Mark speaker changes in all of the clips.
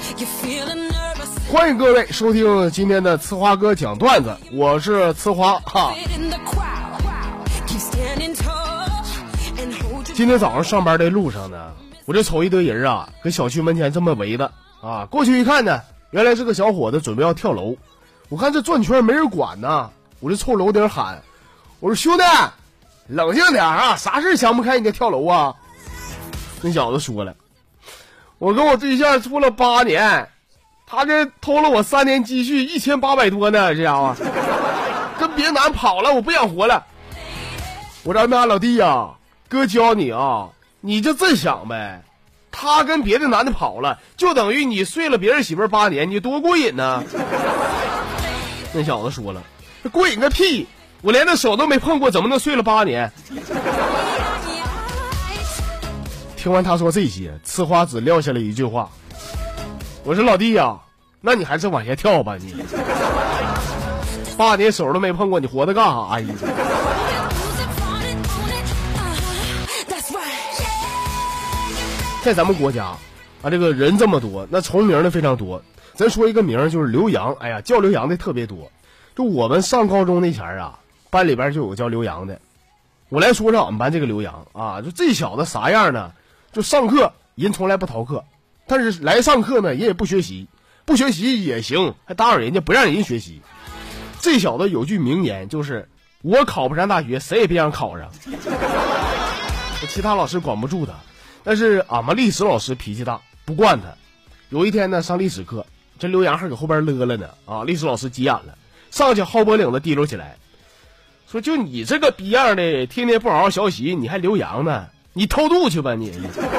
Speaker 1: 欢迎各位收听今天的呲花哥讲段子，我是呲花哈。今天早上上班的路上呢，我就瞅一堆人啊，搁小区门前这么围的啊。过去一看呢，原来是个小伙子准备要跳楼。我看这转圈没人管呢，我就冲楼顶喊：“我说兄弟，冷静点啊，啥事想不开你就跳楼啊？”那小子说了：“我跟我对象处了8年，他这偷了我3年积蓄1800多呢，这家伙跟别男跑了，我不想活了。”我说：“老弟呀，哥教你啊，你就这想呗，他跟别的男的跑了，就等于你睡了别人媳妇8年，你多过瘾呢。”那小子说了：“这过瘾个屁，我连那手都没碰过，怎么能睡了8年？”听完他说这些，呲花只撂下了一句话：“我说老弟呀，那你还是往下跳吧，你8年手都没碰过，你活着干啥呀？”在咱们国家啊，这个人这么多，那重名的非常多。咱说一个名就是刘洋，哎呀，叫刘洋的特别多。就我们上高中那前啊，班里边就有个叫刘洋的。我来说说俺们班这个刘洋啊，就这小子啥样呢？就上课人从来不逃课，但是来上课呢人也不学习，不学习也行，还打扰人家不让人学习。这小子有句名言，就是我考不上大学，谁也别想考上。其他老师管不住他，但是俺们历史老师脾气大，不惯他。有一天呢，上历史课，这刘洋还搁后边乐了呢啊！历史老师急眼了，上去薅脖领子提溜起来，说：“就你这个逼样的，天天不好好学习，你还刘洋呢？你偷渡去吧你！”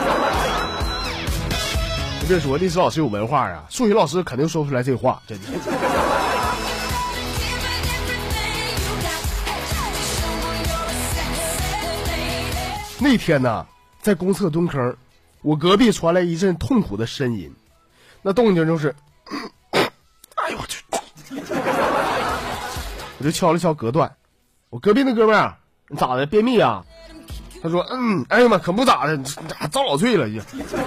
Speaker 1: 你别说，历史老师有文化啊，数学老师肯定说不出来这话，真的。那天呢，在公厕蹲坑，我隔壁传来一阵痛苦的呻吟，那动静就是哎呦我去！我就敲了敲隔断，我隔壁那哥们儿，你咋的？便秘啊？他说：“哎呀妈，可不咋的，遭老罪了就。”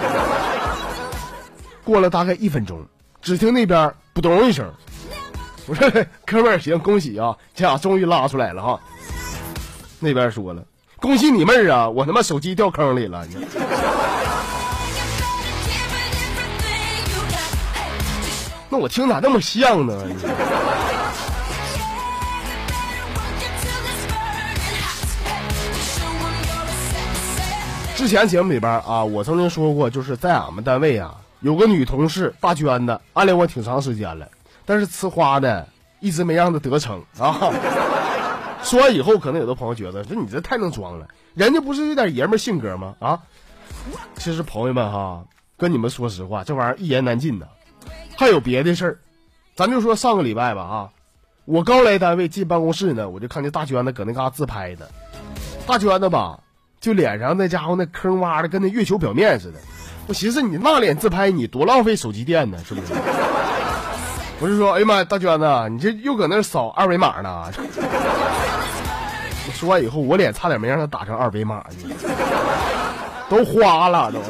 Speaker 1: 过了大概1分钟，只听那边扑通一声，我说：“哥们儿，行，恭喜啊，这俩终于拉出来了哈。”那边说了：“恭喜你妹儿啊，我他妈手机掉坑里了。”那我听咋那么像呢？之前节目里边啊，我曾经说过，就是在俺们单位啊，有个女同事大娟子，暗恋我挺长时间了，但是呲花呢，一直没让她得逞啊。说完以后，可能有的朋友觉得，说你这太能装了，人家不是有点爷们性格吗？啊，其实朋友们哈，跟你们说实话，这玩意儿一言难尽呐。还有别的事儿，咱就说上个礼拜吧啊，我刚来单位进办公室呢，我就看见大娟子搁那嘎自拍呢。大娟子吧，就脸上那家伙那坑洼的跟那月球表面似的。我寻思你那脸自拍，你多浪费手机电呢，是不是？我就说，哎呀妈，大娟子，你这又搁那扫2维码呢。说完以后，我脸差点没让他打成2维码，都花了都。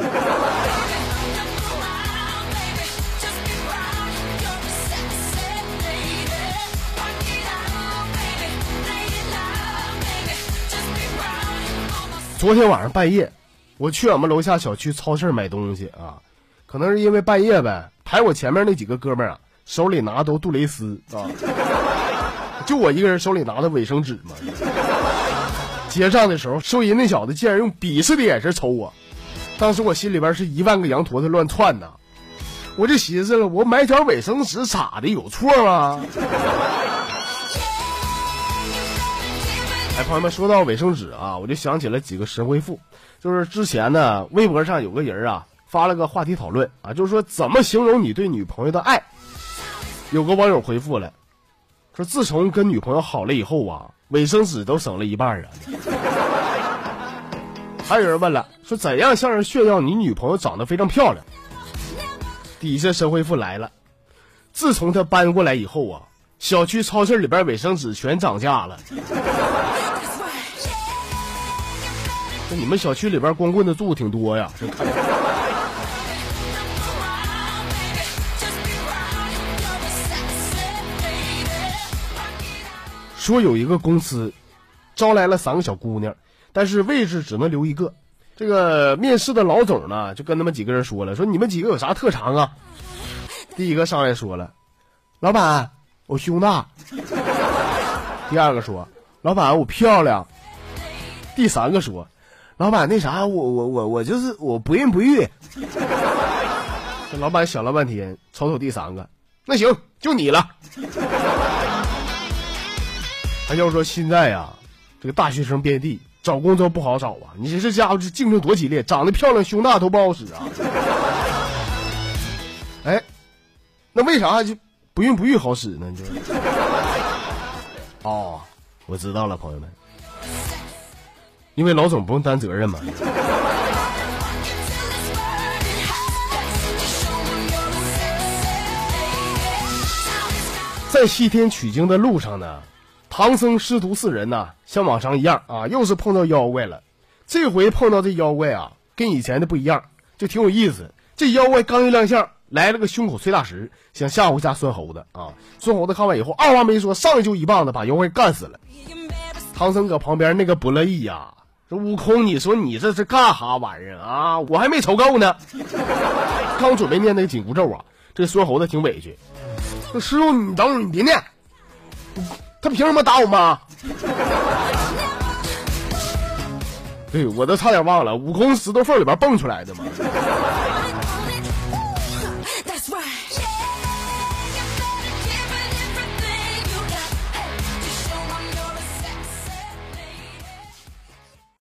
Speaker 1: 昨天晚上半夜，我去俺们楼下小区超市买东西啊，可能是因为半夜呗，排我前面那几个哥们儿啊，手里拿都杜蕾斯啊，就我一个人手里拿的卫生纸嘛。结账的时候，收银那小子竟然用鄙视的眼神瞅我，当时我心里边是1万个羊驼子乱窜呐，我就寻思了，我买点卫生纸咋的，有错吗？哎，朋友们，说到卫生纸啊，我就想起了几个神回复。就是之前呢，微博上有个人啊发了个话题讨论啊，就是说怎么形容你对女朋友的爱。有个网友回复了，说自从跟女朋友好了以后啊，卫生纸都省了1半啊。还有人问了，说怎样向人炫耀你女朋友长得非常漂亮？底下神回复来了，自从她搬过来以后啊，小区超市里边卫生纸全涨价了。那你们小区里边光棍的住挺多呀，是看。 说有一个公司招来了3个小姑娘，但是位置只能留1个。这个面试的老总呢，就跟他们几个人说了，说你们几个有啥特长啊？第一个上来说了，老板，我胸大。第二个说，老板，我漂亮。第3个说，老板，那啥，我就是我不孕不育。这老板想了半天，瞅第3个，那行，就你了。他要说现在呀，这个大学生遍地，找工作不好找啊！你这家伙这竞争多激烈，长得漂亮胸大都不好使啊！哎，那为啥就不孕不育好使呢？就哦，我知道了，朋友们，因为老总不用担责任嘛。在西天取经的路上呢，唐僧师徒4人呢，像往常一样啊，又是碰到妖怪了。这回碰到这妖怪啊，跟以前的不一样，就挺有意思。这妖怪刚一亮相，来了个胸口碎大石，想吓唬一下孙猴子啊。孙猴子看完以后，二话没说，上去就一棒子把妖怪干死了。唐僧搁旁边那个不乐意呀，说悟空，你说你这是干哈玩意儿啊？我还没瞅够呢。刚准备念那个紧箍咒啊，这孙猴子挺委屈。师傅，你等会儿，你别念，他凭什么打我妈？对，我都差点忘了，悟空石头缝里边蹦出来的嘛。